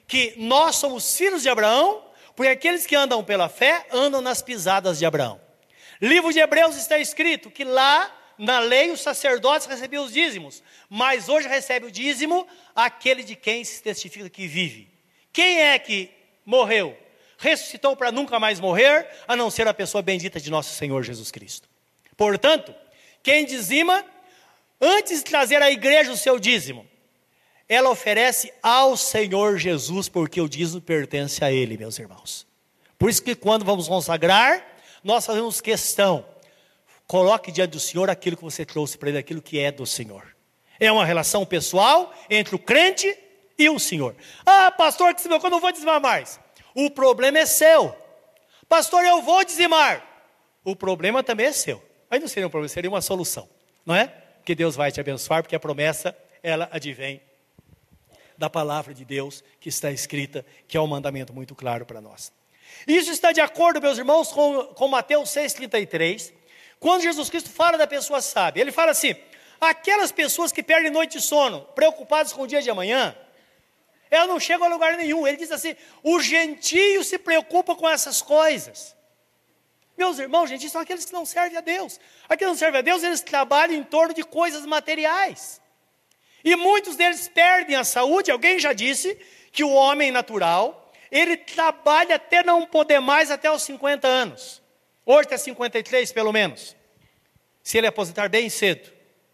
que nós somos filhos de Abraão, porque aqueles que andam pela fé, andam nas pisadas de Abraão. Livro de Hebreus está escrito que lá, na lei, os sacerdotes recebiam os dízimos, mas hoje recebe o dízimo aquele de quem se testifica que vive. Quem é que morreu? Ressuscitou para nunca mais morrer, a não ser a pessoa bendita de nosso Senhor Jesus Cristo. Portanto, quem dizima, antes de trazer à igreja o seu dízimo, ela oferece ao Senhor Jesus, porque o dízimo pertence a Ele, meus irmãos. Por isso que quando vamos consagrar, nós fazemos questão, coloque diante do Senhor aquilo que você trouxe para Ele, aquilo que é do Senhor. É uma relação pessoal entre o crente e o Senhor. Ah, pastor, que eu não vou dizimar mais. O problema é seu. Pastor, eu vou dizimar. O problema também é seu. Aí não seria um problema, seria uma solução, não é? Que Deus vai te abençoar, porque a promessa, ela advém da palavra de Deus que está escrita, que é um mandamento muito claro para nós. Isso está de acordo, meus irmãos, com, com Mateus seis, trinta e três, quando Jesus Cristo fala da pessoa sábia. Ele fala assim, aquelas pessoas que perdem noite de sono, preocupadas com o dia de amanhã, elas não chegam a lugar nenhum. Ele diz assim, o gentio se preocupa com essas coisas. Meus irmãos, gentios são aqueles que não servem a Deus. Aqueles que não servem a Deus, eles trabalham em torno de coisas materiais. E muitos deles perdem a saúde. Alguém já disse que o homem natural, ele trabalha até não poder mais até os cinquenta anos. Hoje está cinquenta e três pelo menos. Se ele aposentar bem cedo.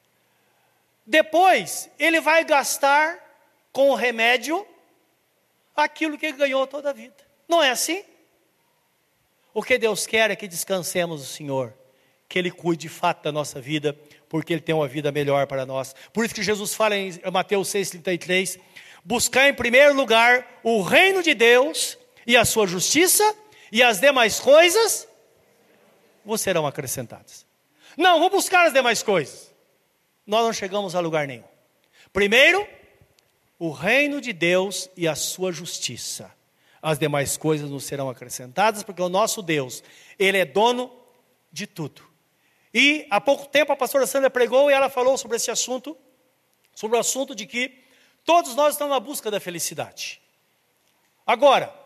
Depois, ele vai gastar com o remédio aquilo que ele ganhou toda a vida. Não é assim? O que Deus quer é que descansemos no Senhor, que Ele cuide de fato da nossa vida, porque Ele tem uma vida melhor para nós. Por isso que Jesus fala em Mateus seis, trinta e três, buscar em primeiro lugar o reino de Deus e a sua justiça, e as demais coisas vos serão acrescentadas. Não, vou buscar as demais coisas. Nós não chegamos a lugar nenhum. Primeiro, o reino de Deus e a sua justiça. As demais coisas nos serão acrescentadas, porque o nosso Deus, Ele é dono de tudo. E há pouco tempo a pastora Sandra pregou e ela falou sobre esse assunto, sobre o assunto de que todos nós estamos na busca da felicidade. Agora,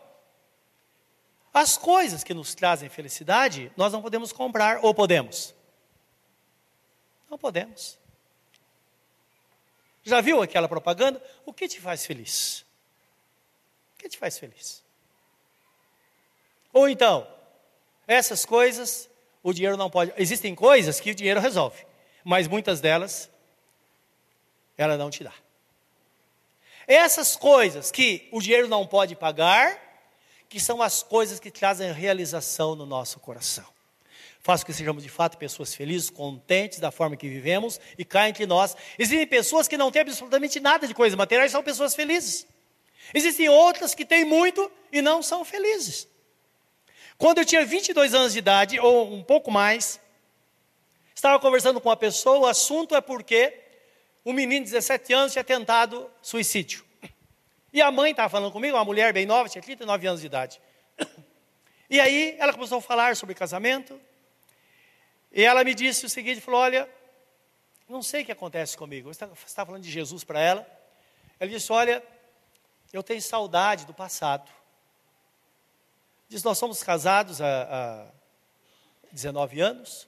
as coisas que nos trazem felicidade, nós não podemos comprar, ou podemos? Não podemos. Já viu aquela propaganda? O que te faz feliz? O que te faz feliz? Ou então, essas coisas, o dinheiro não pode... Existem coisas que o dinheiro resolve, mas muitas delas, ela não te dá. Essas coisas que o dinheiro não pode pagar, que são as coisas que trazem realização no nosso coração. Faz com que sejamos de fato pessoas felizes, contentes da forma que vivemos, e cá entre nós, existem pessoas que não têm absolutamente nada de coisas materiais, são pessoas felizes. Existem outras que têm muito e não são felizes. Quando eu tinha vinte e dois anos de idade, ou um pouco mais, estava conversando com uma pessoa, o assunto é porque um menino de dezessete anos tinha tentado suicídio. E a mãe estava falando comigo, uma mulher bem nova, tinha trinta e nove anos de idade. E aí ela começou a falar sobre casamento, e ela me disse o seguinte, falou, olha, não sei o que acontece comigo. Você estava falando de Jesus para ela. Ela disse, olha, eu tenho saudade do passado. Diz, nós somos casados há, há dezenove anos.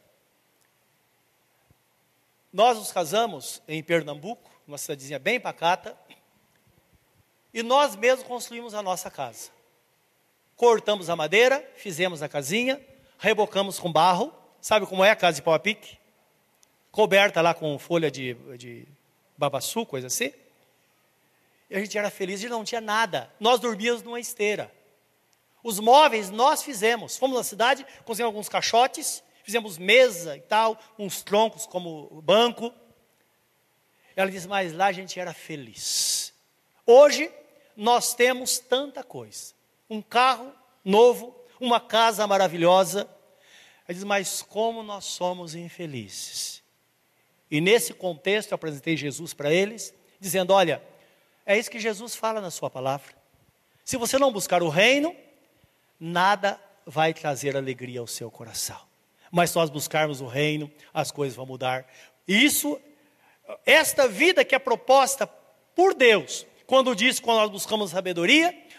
Nós nos casamos em Pernambuco, uma cidadezinha bem pacata. E nós mesmos construímos a nossa casa. Cortamos a madeira, fizemos a casinha, rebocamos com barro. Sabe como é a casa de pau a pique? Coberta lá com folha de, de babaçu, coisa assim. E a gente era feliz, a gente não tinha nada. Nós dormíamos numa esteira. Os móveis nós fizemos. Fomos na cidade, conseguimos alguns caixotes, fizemos mesa e tal, uns troncos como banco. Ela disse, mas lá a gente era feliz. Hoje, nós temos tanta coisa. Um carro novo, uma casa maravilhosa. Ela diz, mas como nós somos infelizes. E nesse contexto eu apresentei Jesus para eles, dizendo, olha, é isso que Jesus fala na sua palavra. Se você não buscar o reino, nada vai trazer alegria ao seu coração. Mas se nós buscarmos o reino, as coisas vão mudar. E isso, esta vida que é proposta por Deus, quando diz, quando nós buscamos sabedoria,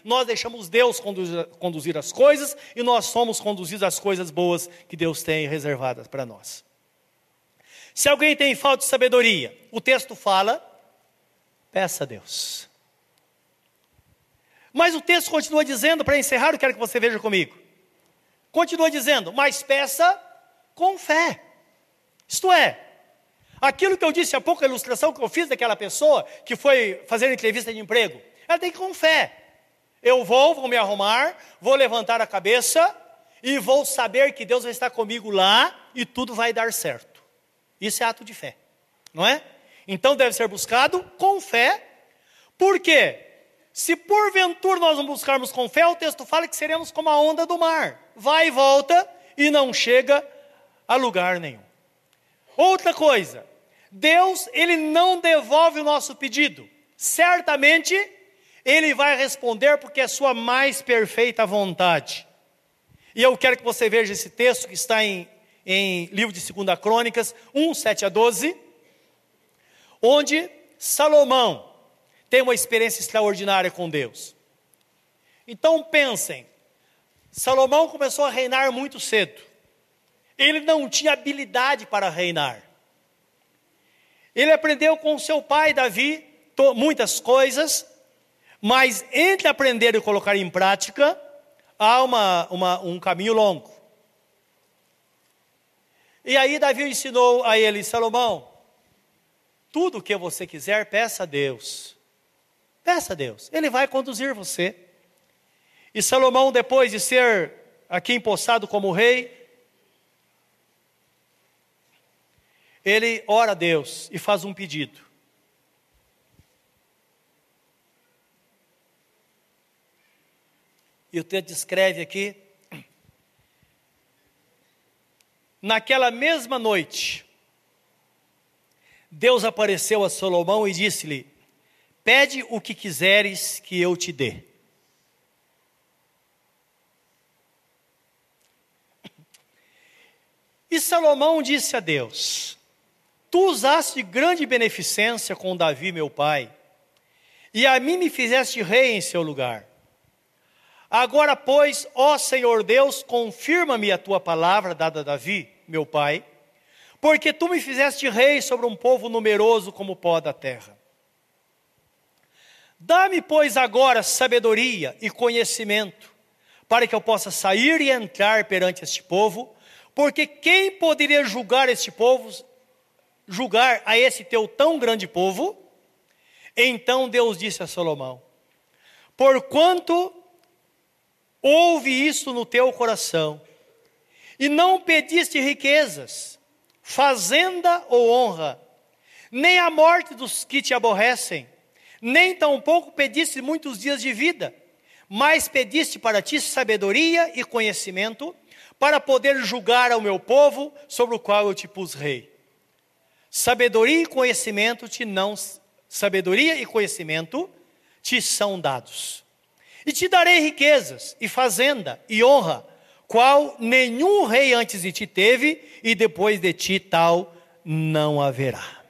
nós deixamos Deus conduzir, conduzir as coisas e nós somos conduzidos às coisas boas que Deus tem reservadas para nós. Se alguém tem falta de sabedoria, o texto fala, peça a Deus. Mas o texto continua dizendo, para encerrar, eu quero que você veja comigo. Continua dizendo, mas peça com fé. Isto é, aquilo que eu disse há pouco, a ilustração que eu fiz daquela pessoa que foi fazer entrevista de emprego, ela tem que ir com fé. Eu vou, vou me arrumar, vou levantar a cabeça e vou saber que Deus vai estar comigo lá e tudo vai dar certo. Isso é ato de fé, não é? Então deve ser buscado com fé. Por quê? Se porventura nós não buscarmos com fé, o texto fala que seremos como a onda do mar. Vai e volta e não chega a lugar nenhum. Outra coisa, Deus, Ele não devolve o nosso pedido. Certamente, Ele vai responder porque é sua mais perfeita vontade. E eu quero que você veja esse texto que está em, em livro de segunda Crônicas, um, sete a doze, onde Salomão tem uma experiência extraordinária com Deus. Então pensem, Salomão começou a reinar muito cedo. Ele não tinha habilidade para reinar. Ele aprendeu com seu pai Davi muitas coisas, mas entre aprender e colocar em prática, há uma, uma, um caminho longo. E aí Davi ensinou a ele, Salomão, tudo o que você quiser, peça a Deus. Peça a Deus, Ele vai conduzir você. E Salomão, depois de ser aqui empossado como rei, ele ora a Deus e faz um pedido. E o texto descreve aqui, naquela mesma noite, Deus apareceu a Salomão e disse-lhe, pede o que quiseres que eu te dê. E Salomão disse a Deus, tu usaste grande beneficência com Davi, meu pai, e a mim me fizeste rei em seu lugar. Agora, pois, ó Senhor Deus, confirma-me a tua palavra dada a Davi, meu pai, porque tu me fizeste rei sobre um povo numeroso como o pó da terra. Dá-me, pois, agora sabedoria e conhecimento, para que eu possa sair e entrar perante este povo, porque quem poderia julgar este povo, julgar a esse teu tão grande povo? Então Deus disse a Salomão, porquanto houve isso no teu coração, e não pediste riquezas, fazenda ou honra, nem a morte dos que te aborrecem, nem tampouco pediste muitos dias de vida, mas pediste para ti sabedoria e conhecimento, para poder julgar ao meu povo, sobre o qual eu te pus rei. Sabedoria e conhecimento te não, sabedoria e conhecimento te são dados. E te darei riquezas, e fazenda, e honra, qual nenhum rei antes de ti teve, e depois de ti tal não haverá.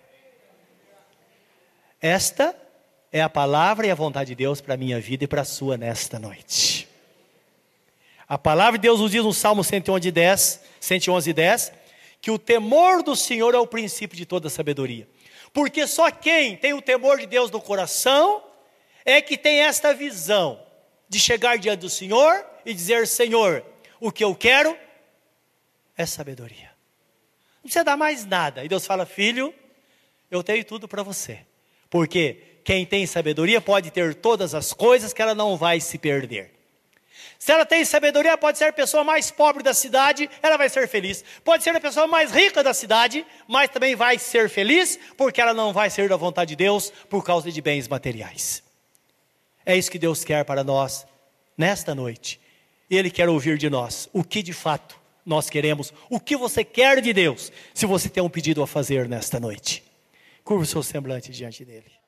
Esta é a palavra e a vontade de Deus para a minha vida e para a sua nesta noite. A palavra de Deus nos diz no Salmo cento e onze, dez, que o temor do Senhor é o princípio de toda sabedoria. Porque só quem tem o temor de Deus no coração é que tem esta visão de chegar diante do Senhor e dizer, Senhor, o que eu quero é sabedoria. Não precisa dar mais nada. E Deus fala, filho, eu tenho tudo para você. Porque quem tem sabedoria pode ter todas as coisas que ela não vai se perder. Se ela tem sabedoria, pode ser a pessoa mais pobre da cidade, ela vai ser feliz. Pode ser a pessoa mais rica da cidade, mas também vai ser feliz, porque ela não vai ser da vontade de Deus por causa de bens materiais. É isso que Deus quer para nós nesta noite. E Ele quer ouvir de nós o que de fato nós queremos, o que você quer de Deus, se você tem um pedido a fazer nesta noite. Curva o seu semblante diante dEle.